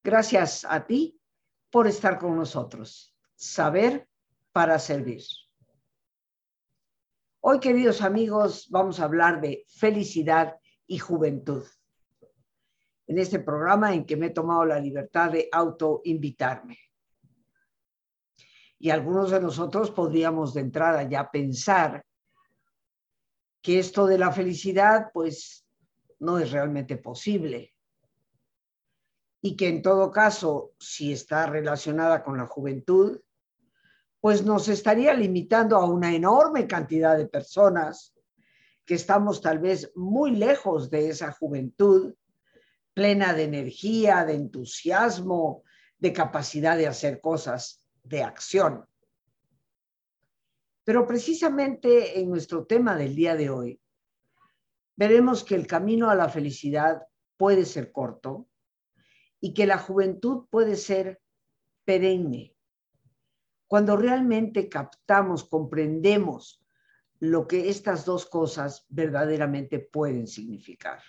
Gracias a ti por estar con nosotros. Saber para servir. Hoy, queridos amigos, vamos a hablar de felicidad y juventud. En este programa en que me he tomado la libertad de autoinvitarme. Y algunos de nosotros podríamos de entrada ya pensar que esto de la felicidad, pues, no es realmente posible. Y que en todo caso, si está relacionada con la juventud, pues nos estaría limitando a una enorme cantidad de personas que estamos tal vez muy lejos de esa juventud, plena de energía, de entusiasmo, de capacidad de hacer cosas, de acción. Pero precisamente en nuestro tema del día de hoy, veremos que el camino a la felicidad puede ser corto y que la juventud puede ser perenne. Cuando realmente captamos, comprendemos lo que estas dos cosas verdaderamente pueden significar.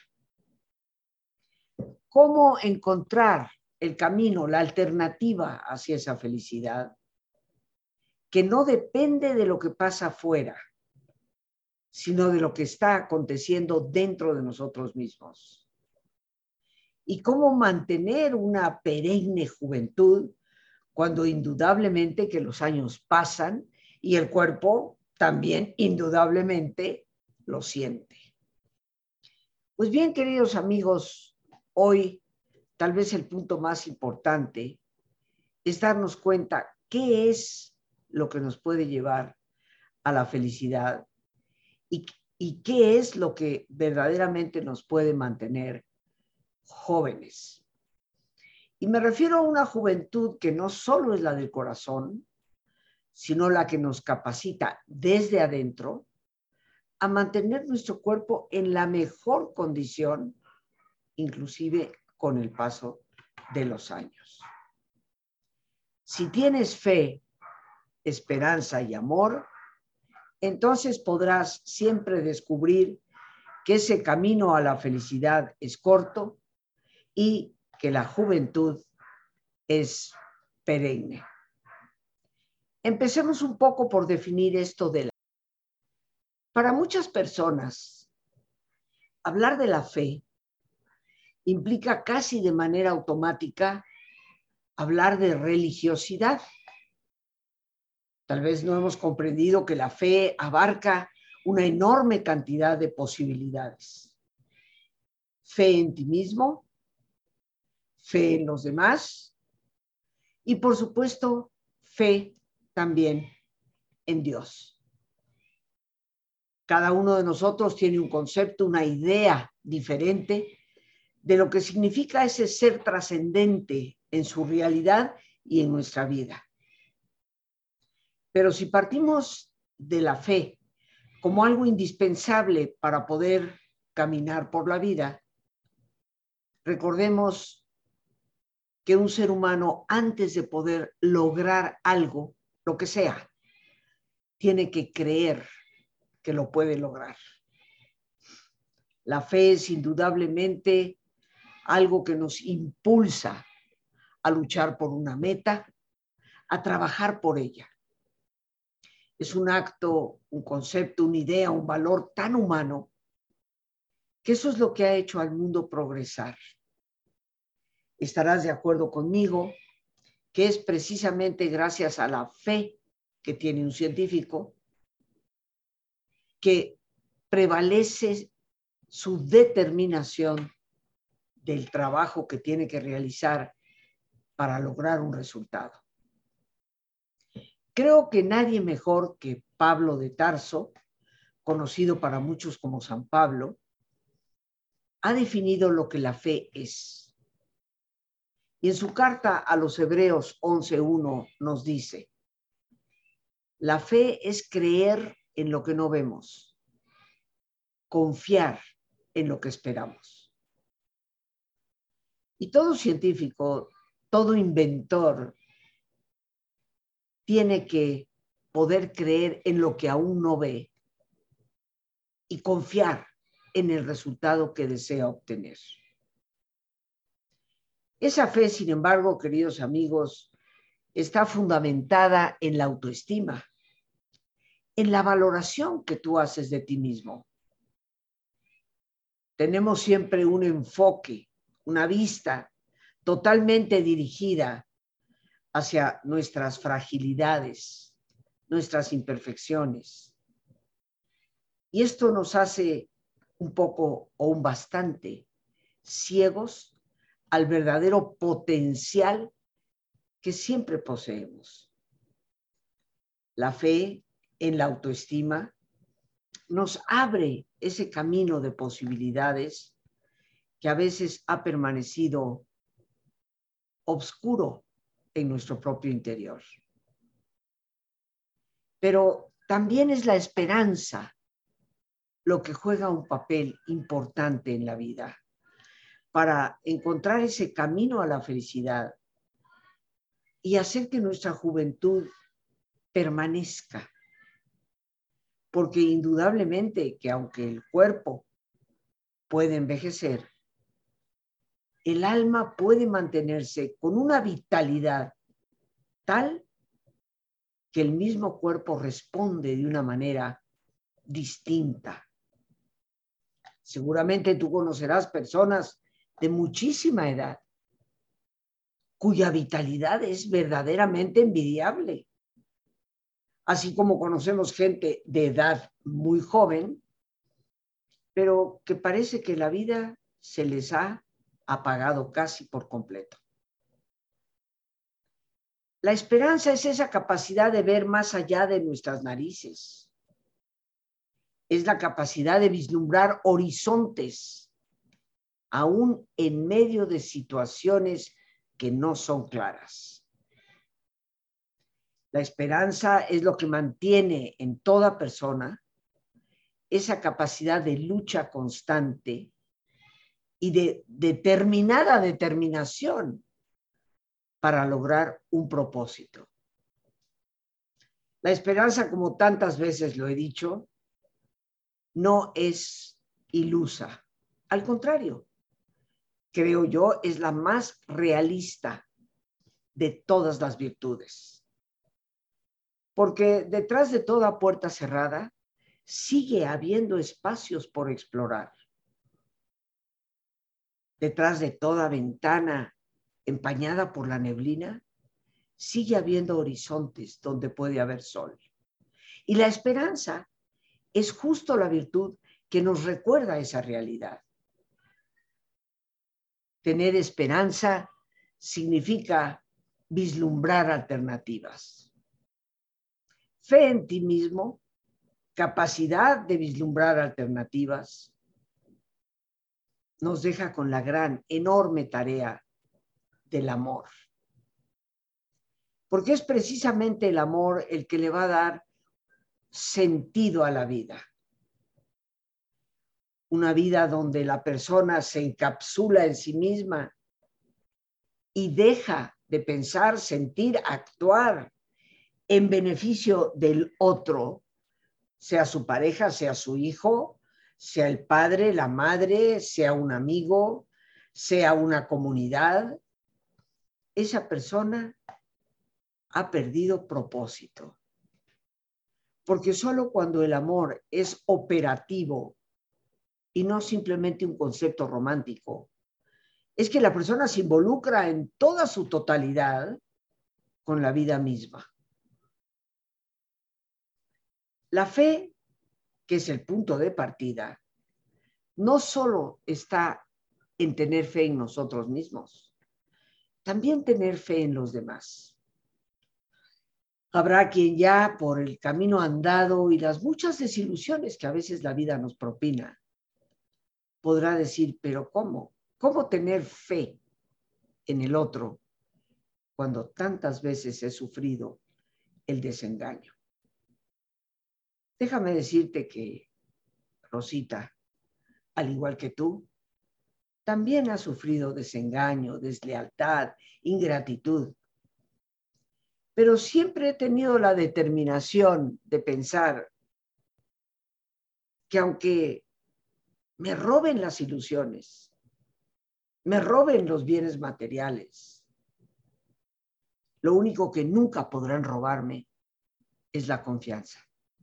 ¿Cómo encontrar el camino, la alternativa hacia esa felicidad? Que no depende de lo que pasa afuera, sino de lo que está aconteciendo dentro de nosotros mismos. Y cómo mantener una perenne juventud cuando indudablemente que los años pasan y el cuerpo también indudablemente lo siente. Pues bien, queridos amigos, hoy tal vez el punto más importante es darnos cuenta qué es lo que nos puede llevar a la felicidad y qué es lo que verdaderamente nos puede mantener jóvenes. Y me refiero a una juventud que no solo es la del corazón, sino la que nos capacita desde adentro a mantener nuestro cuerpo en la mejor condición, inclusive con el paso de los años. Si tienes fe, esperanza y amor, entonces podrás siempre descubrir que ese camino a la felicidad es corto y que la juventud es perenne. Empecemos un poco por definir esto de la... Para muchas personas, hablar de la fe implica casi de manera automática hablar de religiosidad. Tal vez no hemos comprendido que la fe abarca una enorme cantidad de posibilidades. Fe en ti mismo, fe en los demás y, por supuesto, fe también en Dios. Cada uno de nosotros tiene un concepto, una idea diferente de lo que significa ese ser trascendente en su realidad y en nuestra vida. Pero si partimos de la fe como algo indispensable para poder caminar por la vida, recordemos que un ser humano, antes de poder lograr algo, lo que sea, tiene que creer que lo puede lograr. La fe es indudablemente algo que nos impulsa a luchar por una meta, a trabajar por ella. Es un acto, un concepto, una idea, un valor tan humano que eso es lo que ha hecho al mundo progresar. Estarás de acuerdo conmigo que es precisamente gracias a la fe que tiene un científico que prevalece su determinación del trabajo que tiene que realizar para lograr un resultado. Creo que nadie mejor que Pablo de Tarso, conocido para muchos como San Pablo, ha definido lo que la fe es. Y en su carta a los Hebreos 11:1 nos dice: la fe es creer en lo que no vemos, confiar en lo que esperamos. Y todo científico, todo inventor, tiene que poder creer en lo que aún no ve y confiar en el resultado que desea obtener. Esa fe, sin embargo, queridos amigos, está fundamentada en la autoestima, en la valoración que tú haces de ti mismo. Tenemos siempre un enfoque, una vista totalmente dirigida hacia nuestras fragilidades, nuestras imperfecciones. Y esto nos hace un poco o un bastante ciegos al verdadero potencial que siempre poseemos. La fe en la autoestima nos abre ese camino de posibilidades que a veces ha permanecido oscuro en nuestro propio interior. Pero también es la esperanza lo que juega un papel importante en la vida para encontrar ese camino a la felicidad y hacer que nuestra juventud permanezca. Porque indudablemente que aunque el cuerpo puede envejecer, el alma puede mantenerse con una vitalidad tal que el mismo cuerpo responde de una manera distinta. Seguramente tú conocerás personas de muchísima edad cuya vitalidad es verdaderamente envidiable. Así como conocemos gente de edad muy joven, pero que parece que la vida se les ha apagado casi por completo. La esperanza es esa capacidad de ver más allá de nuestras narices. Es la capacidad de vislumbrar horizontes, aún en medio de situaciones que no son claras. La esperanza es lo que mantiene en toda persona esa capacidad de lucha constante y de determinada determinación para lograr un propósito. La esperanza, como tantas veces lo he dicho, no es ilusa. Al contrario, creo yo, es la más realista de todas las virtudes. Porque detrás de toda puerta cerrada sigue habiendo espacios por explorar. Detrás de toda ventana empañada por la neblina, sigue habiendo horizontes donde puede haber sol. Y la esperanza es justo la virtud que nos recuerda esa realidad. Tener esperanza significa vislumbrar alternativas. Fe en ti mismo, capacidad de vislumbrar alternativas, nos deja con la gran, enorme tarea del amor. Porque es precisamente el amor el que le va a dar sentido a la vida. Una vida donde la persona se encapsula en sí misma y deja de pensar, sentir, actuar en beneficio del otro, sea su pareja, sea su hijo, sea el padre, la madre, sea un amigo, sea una comunidad. Esa persona ha perdido propósito. Porque solo cuando el amor es operativo y no simplemente un concepto romántico, es que la persona se involucra en toda su totalidad con la vida misma. La fe, que es el punto de partida, no solo está en tener fe en nosotros mismos, también tener fe en los demás. Habrá quien ya por el camino andado y las muchas desilusiones que a veces la vida nos propina, podrá decir, pero ¿cómo? ¿Cómo tener fe en el otro cuando tantas veces he sufrido el desengaño? Déjame decirte que Rosita, al igual que tú, también ha sufrido desengaño, deslealtad, ingratitud. Pero siempre he tenido la determinación de pensar que aunque me roben las ilusiones, me roben los bienes materiales. Lo único que nunca podrán robarme es la confianza.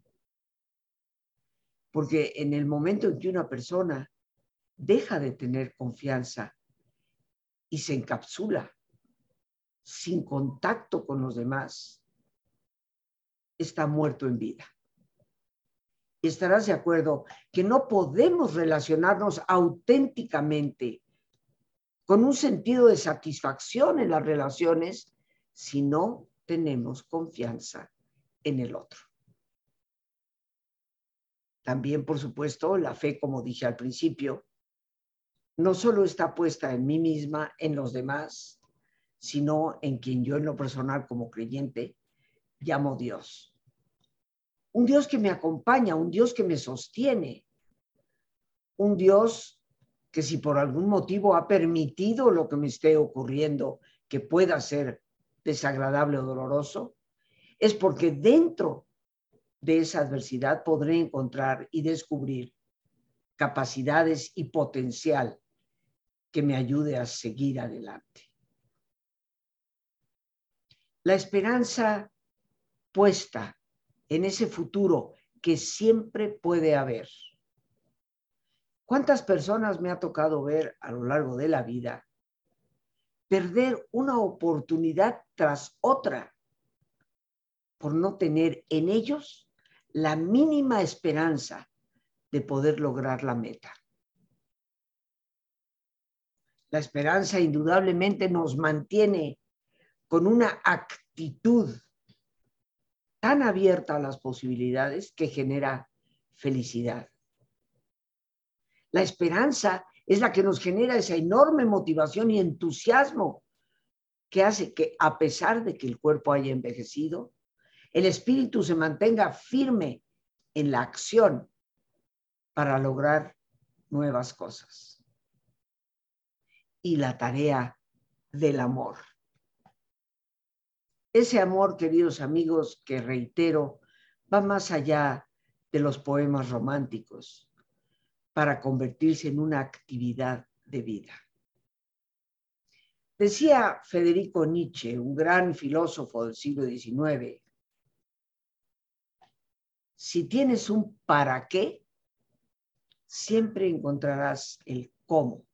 Porque en el momento en que una persona deja de tener confianza y se encapsula sin contacto con los demás, está muerto en vida. Y estarás de acuerdo que no podemos relacionarnos auténticamente con un sentido de satisfacción en las relaciones si no tenemos confianza en el otro. También, por supuesto, la fe, como dije al principio, no solo está puesta en mí misma, en los demás, sino en quien yo en lo personal como creyente llamo Dios. Un Dios que me acompaña, un Dios que me sostiene, un Dios que si por algún motivo ha permitido lo que me esté ocurriendo, que pueda ser desagradable o doloroso, es porque dentro de esa adversidad podré encontrar y descubrir capacidades y potencial que me ayude a seguir adelante. La esperanza puesta en ese futuro que siempre puede haber. ¿Cuántas personas me ha tocado ver a lo largo de la vida perder una oportunidad tras otra por no tener en ellos la mínima esperanza de poder lograr la meta? La esperanza indudablemente nos mantiene con una actitud tan abierta a las posibilidades que genera felicidad. La esperanza es la que nos genera esa enorme motivación y entusiasmo que hace que, a pesar de que el cuerpo haya envejecido, el espíritu se mantenga firme en la acción para lograr nuevas cosas. Y la tarea del amor. Ese amor, queridos amigos, que reitero, va más allá de los poemas románticos para convertirse en una actividad de vida. Decía Federico Nietzsche, un gran filósofo del siglo XIX, si tienes un para qué, siempre encontrarás el cómo.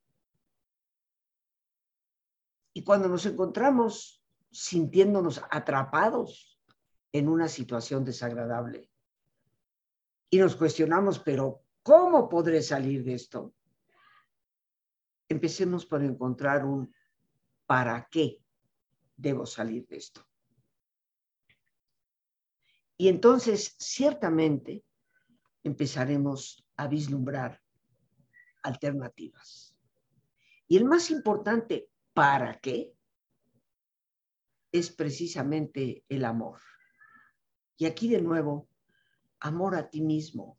Y cuando nos encontramos sintiéndonos atrapados en una situación desagradable y nos cuestionamos, pero ¿cómo podré salir de esto? Empecemos por encontrar un ¿para qué debo salir de esto? Y entonces, ciertamente, empezaremos a vislumbrar alternativas. Y el más importante, ¿para qué? Es precisamente el amor. Y aquí de nuevo, amor a ti mismo,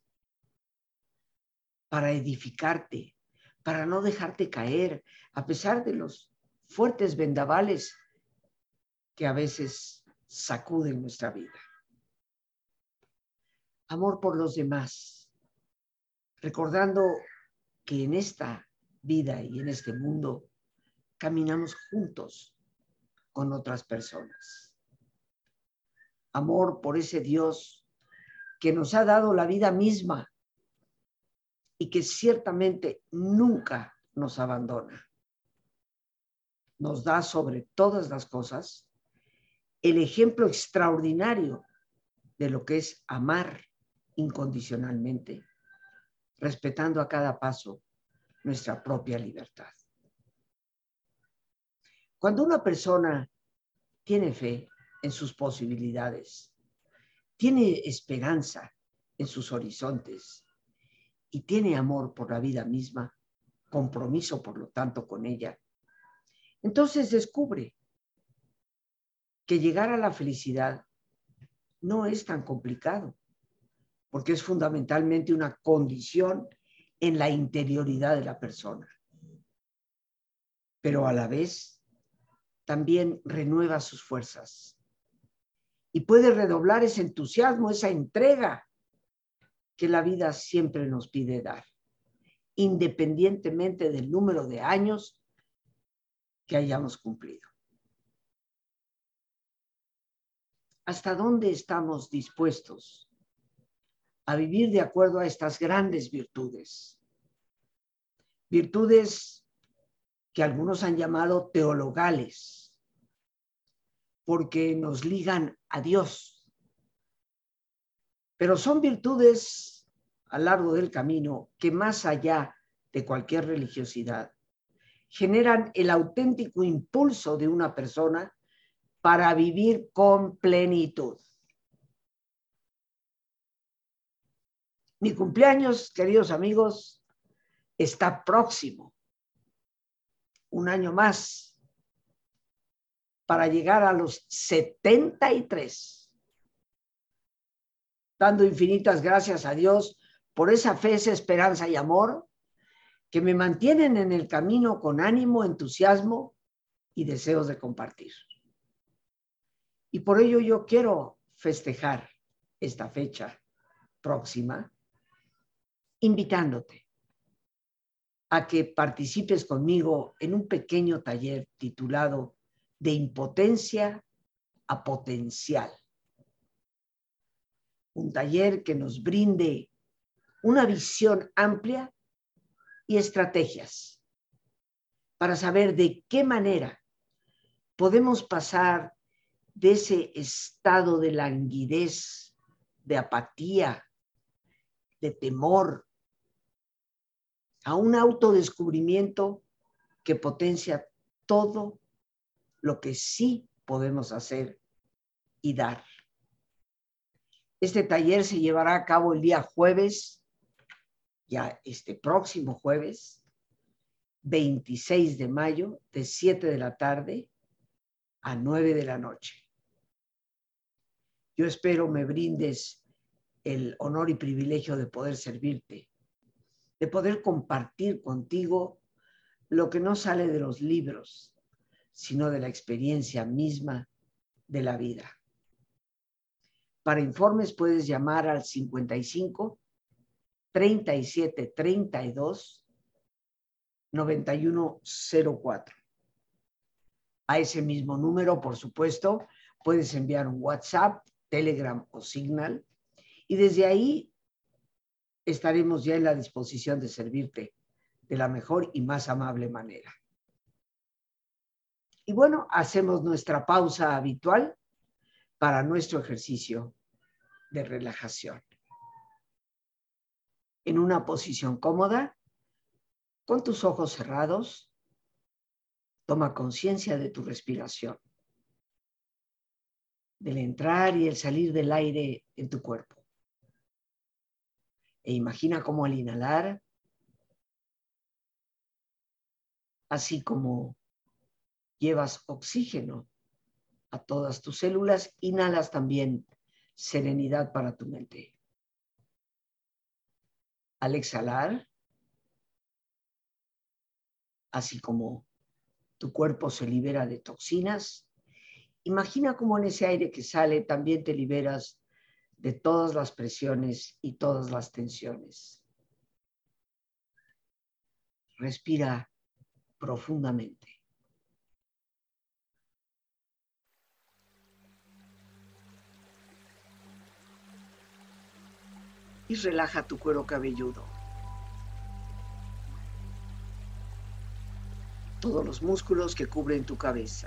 para edificarte, para no dejarte caer, a pesar de los fuertes vendavales que a veces sacuden nuestra vida. Amor por los demás, recordando que en esta vida y en este mundo caminamos juntos con otras personas. Amor por ese Dios que nos ha dado la vida misma y que ciertamente nunca nos abandona. Nos da sobre todas las cosas el ejemplo extraordinario de lo que es amar incondicionalmente, respetando a cada paso nuestra propia libertad. Cuando una persona tiene fe en sus posibilidades, tiene esperanza en sus horizontes y tiene amor por la vida misma, compromiso por lo tanto con ella, entonces descubre que llegar a la felicidad no es tan complicado, porque es fundamentalmente una condición en la interioridad de la persona. Pero a la vez también renueva sus fuerzas y puede redoblar ese entusiasmo, esa entrega que la vida siempre nos pide dar, independientemente del número de años que hayamos cumplido. ¿Hasta dónde estamos dispuestos a vivir de acuerdo a estas grandes virtudes? Virtudes que algunos han llamado teologales, porque nos ligan a Dios. Pero son virtudes a lo largo del camino que, más allá de cualquier religiosidad, generan el auténtico impulso de una persona para vivir con plenitud. Mi cumpleaños, queridos amigos, está próximo. Un año más para llegar a los 73. Dando infinitas gracias a Dios por esa fe, esa esperanza y amor que me mantienen en el camino con ánimo, entusiasmo y deseos de compartir. Y por ello yo quiero festejar esta fecha próxima, invitándote a que participes conmigo en un pequeño taller titulado De impotencia a potencial. Un taller que nos brinde una visión amplia y estrategias para saber de qué manera podemos pasar de ese estado de languidez, de apatía, de temor, a un autodescubrimiento que potencia todo lo que sí podemos hacer y dar. Este taller se llevará a cabo el día jueves, ya este próximo jueves, 26 de mayo, de 7 de la tarde a 9 de la noche. Yo espero me brindes el honor y privilegio de poder servirte, de poder compartir contigo lo que no sale de los libros, sino de la experiencia misma de la vida. Para informes puedes llamar al 55 37 32 9104. A ese mismo número, por supuesto, puedes enviar un WhatsApp, Telegram o Signal, y desde ahí estaremos ya en la disposición de servirte de la mejor y más amable manera. Y bueno, hacemos nuestra pausa habitual para nuestro ejercicio de relajación. En una posición cómoda, con tus ojos cerrados, toma conciencia de tu respiración, del entrar y el salir del aire en tu cuerpo. E imagina cómo al inhalar, así como llevas oxígeno a todas tus células, inhalas también serenidad para tu mente. Al exhalar, así como tu cuerpo se libera de toxinas, imagina cómo en ese aire que sale también te liberas de todas las presiones y todas las tensiones. Respira profundamente. Y relaja tu cuero cabelludo. Todos los músculos que cubren tu cabeza.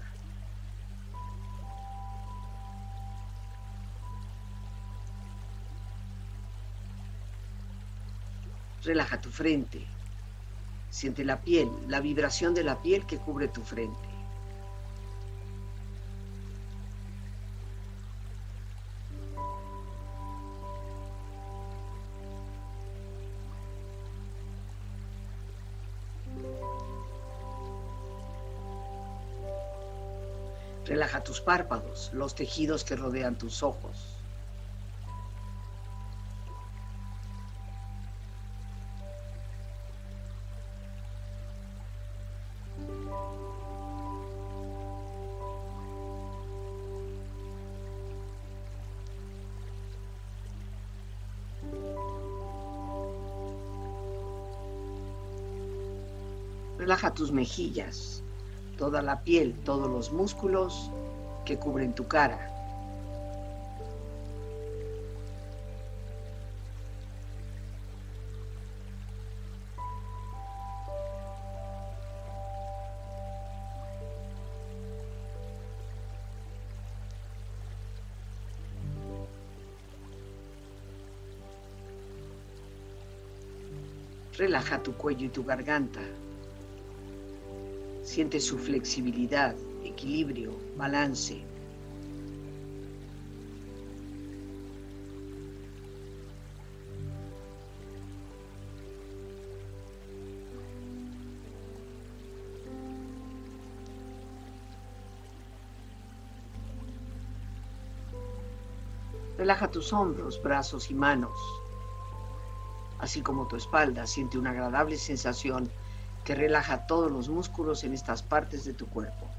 Relaja tu frente. Siente la piel, la vibración de la piel que cubre tu frente. Relaja tus párpados, los tejidos que rodean tus ojos. Relaja tus mejillas, toda la piel, todos los músculos que cubren tu cara. Relaja tu cuello y tu garganta. Siente su flexibilidad, equilibrio, balance. Relaja tus hombros, brazos y manos, así como tu espalda. Siente una agradable sensación que relaja todos los músculos en estas partes de tu cuerpo.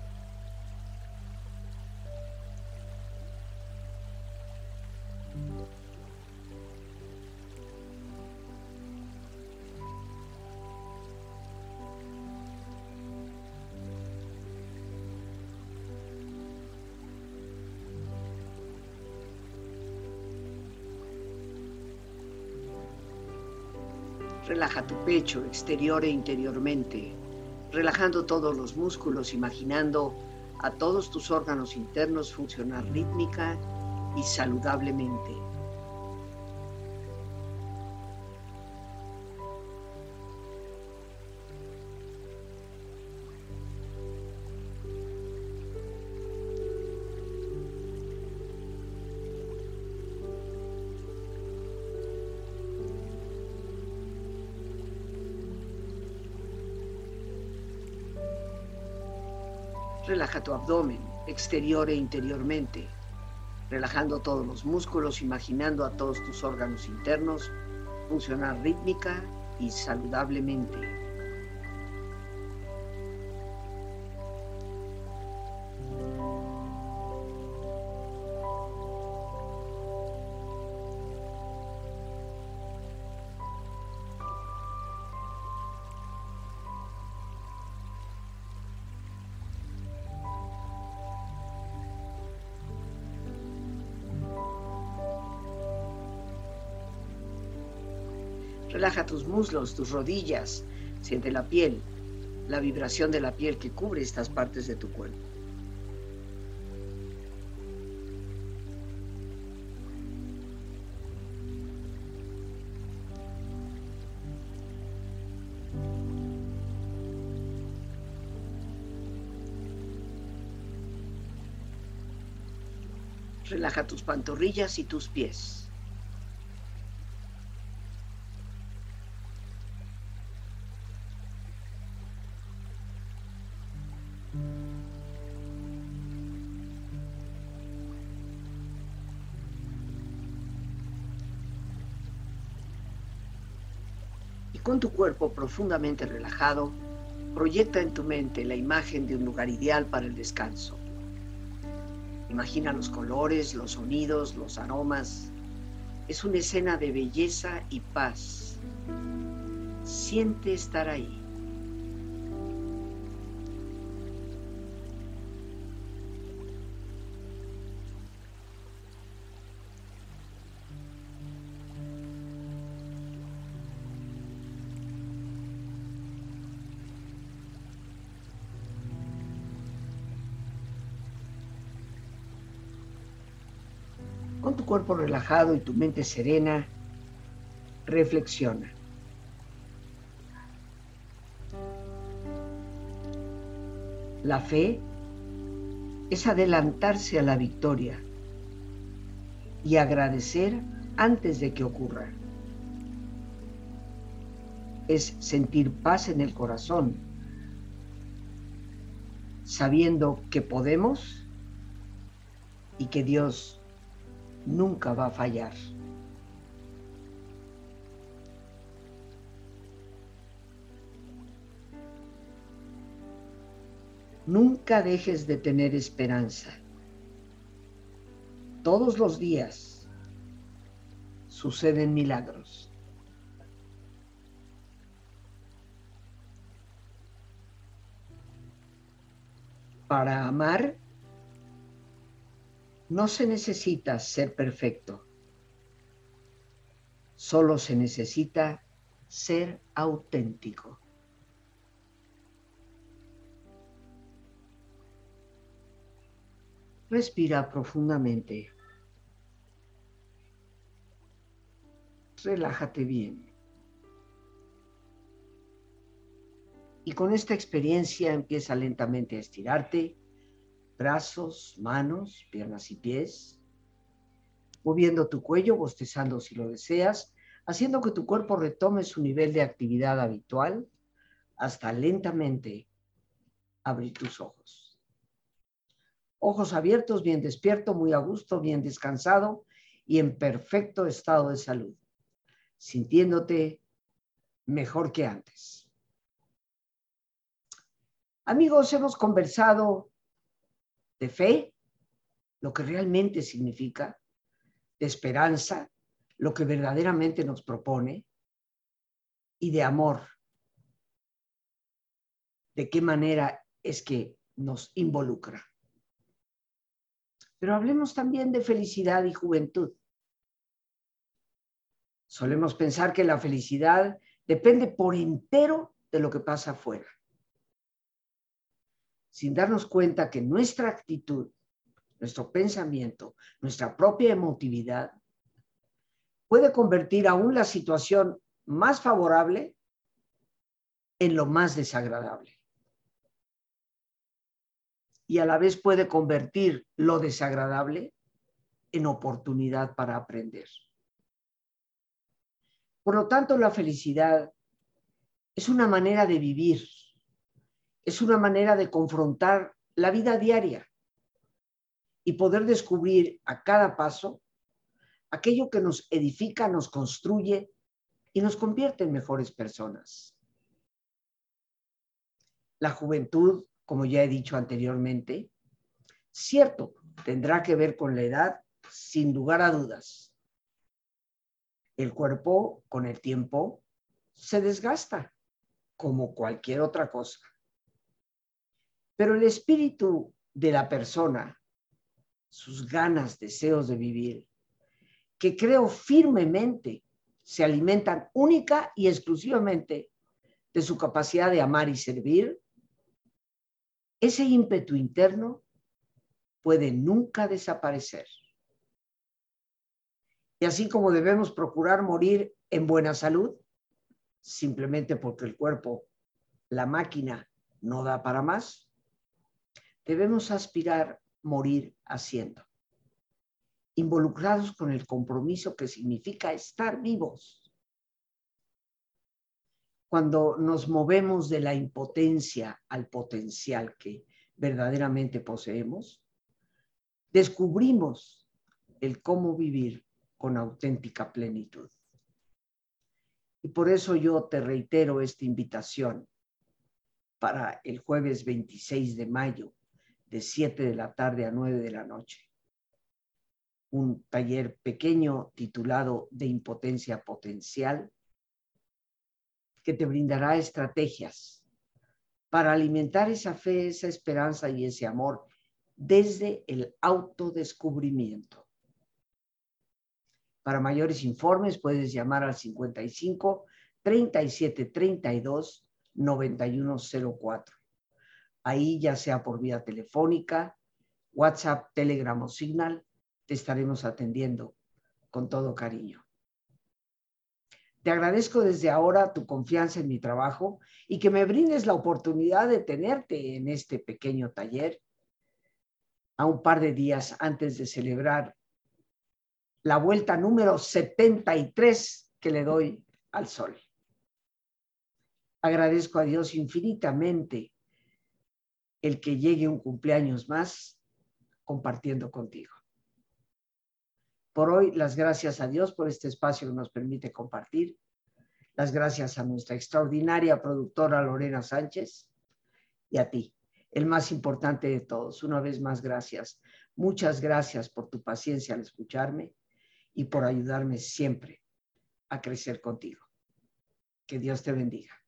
Relaja tu pecho, exterior e interiormente, relajando todos los músculos, imaginando a todos tus órganos internos funcionar rítmica y saludablemente. Relaja tu abdomen, exterior e interiormente, relajando todos los músculos, imaginando a todos tus órganos internos funcionar rítmica y saludablemente. Relaja tus muslos, tus rodillas, siente la piel, la vibración de la piel que cubre estas partes de tu cuerpo. Relaja tus pantorrillas y tus pies. Y con tu cuerpo profundamente relajado, proyecta en tu mente la imagen de un lugar ideal para el descanso. Imagina los colores, los sonidos, los aromas. Es una escena de belleza y paz. Siente estar ahí. Con tu cuerpo relajado y tu mente serena, reflexiona. La fe es adelantarse a la victoria y agradecer antes de que ocurra. Es sentir paz en el corazón, sabiendo que podemos y que Dios nunca va a fallar. Nunca dejes de tener esperanza. Todos los días suceden milagros. Para amar no se necesita ser perfecto, solo se necesita ser auténtico. Respira profundamente. Relájate bien. Y con esta experiencia empieza lentamente a estirarte, brazos, manos, piernas y pies, moviendo tu cuello, bostezando si lo deseas, haciendo que tu cuerpo retome su nivel de actividad habitual hasta lentamente abrir tus ojos. Ojos abiertos, bien despierto, muy a gusto, bien descansado y en perfecto estado de salud, sintiéndote mejor que antes. Amigos, hemos conversado de fe, lo que realmente significa, de esperanza, lo que verdaderamente nos propone, y de amor, de qué manera es que nos involucra. Pero hablemos también de felicidad y juventud. Solemos pensar que la felicidad depende por entero de lo que pasa afuera, sin darnos cuenta que nuestra actitud, nuestro pensamiento, nuestra propia emotividad puede convertir aún la situación más favorable en lo más desagradable. Y a la vez puede convertir lo desagradable en oportunidad para aprender. Por lo tanto, la felicidad es una manera de vivir, es una manera de confrontar la vida diaria y poder descubrir a cada paso aquello que nos edifica, nos construye y nos convierte en mejores personas. La juventud, como ya he dicho anteriormente, cierto, tendrá que ver con la edad, sin lugar a dudas. El cuerpo, con el tiempo, se desgasta, como cualquier otra cosa. Pero el espíritu de la persona, sus ganas, deseos de vivir, que creo firmemente se alimentan única y exclusivamente de su capacidad de amar y servir, ese ímpetu interno puede nunca desaparecer. Y así como debemos procurar morir en buena salud, simplemente porque el cuerpo, la máquina, no da para más, debemos aspirar morir haciendo, involucrados con el compromiso que significa estar vivos. Cuando nos movemos de la impotencia al potencial que verdaderamente poseemos, descubrimos el cómo vivir con auténtica plenitud. Y por eso yo te reitero esta invitación para el jueves 26 de mayo, de 7 de la tarde a 9 de la noche. Un taller pequeño titulado De impotencia potencial, que te brindará estrategias para alimentar esa fe, esa esperanza y ese amor desde el autodescubrimiento. Para mayores informes puedes llamar al 55 37 32 9104. Ahí, ya sea por vía telefónica, WhatsApp, Telegram o Signal, te estaremos atendiendo con todo cariño. Te agradezco desde ahora tu confianza en mi trabajo y que me brindes la oportunidad de tenerte en este pequeño taller a un par de días antes de celebrar la vuelta número 73 que le doy al sol. Agradezco a Dios infinitamente el que llegue un cumpleaños más compartiendo contigo. Por hoy, las gracias a Dios por este espacio que nos permite compartir. Las gracias a nuestra extraordinaria productora Lorena Sánchez y a ti, el más importante de todos. Una vez más, gracias. Muchas gracias por tu paciencia al escucharme y por ayudarme siempre a crecer contigo. Que Dios te bendiga.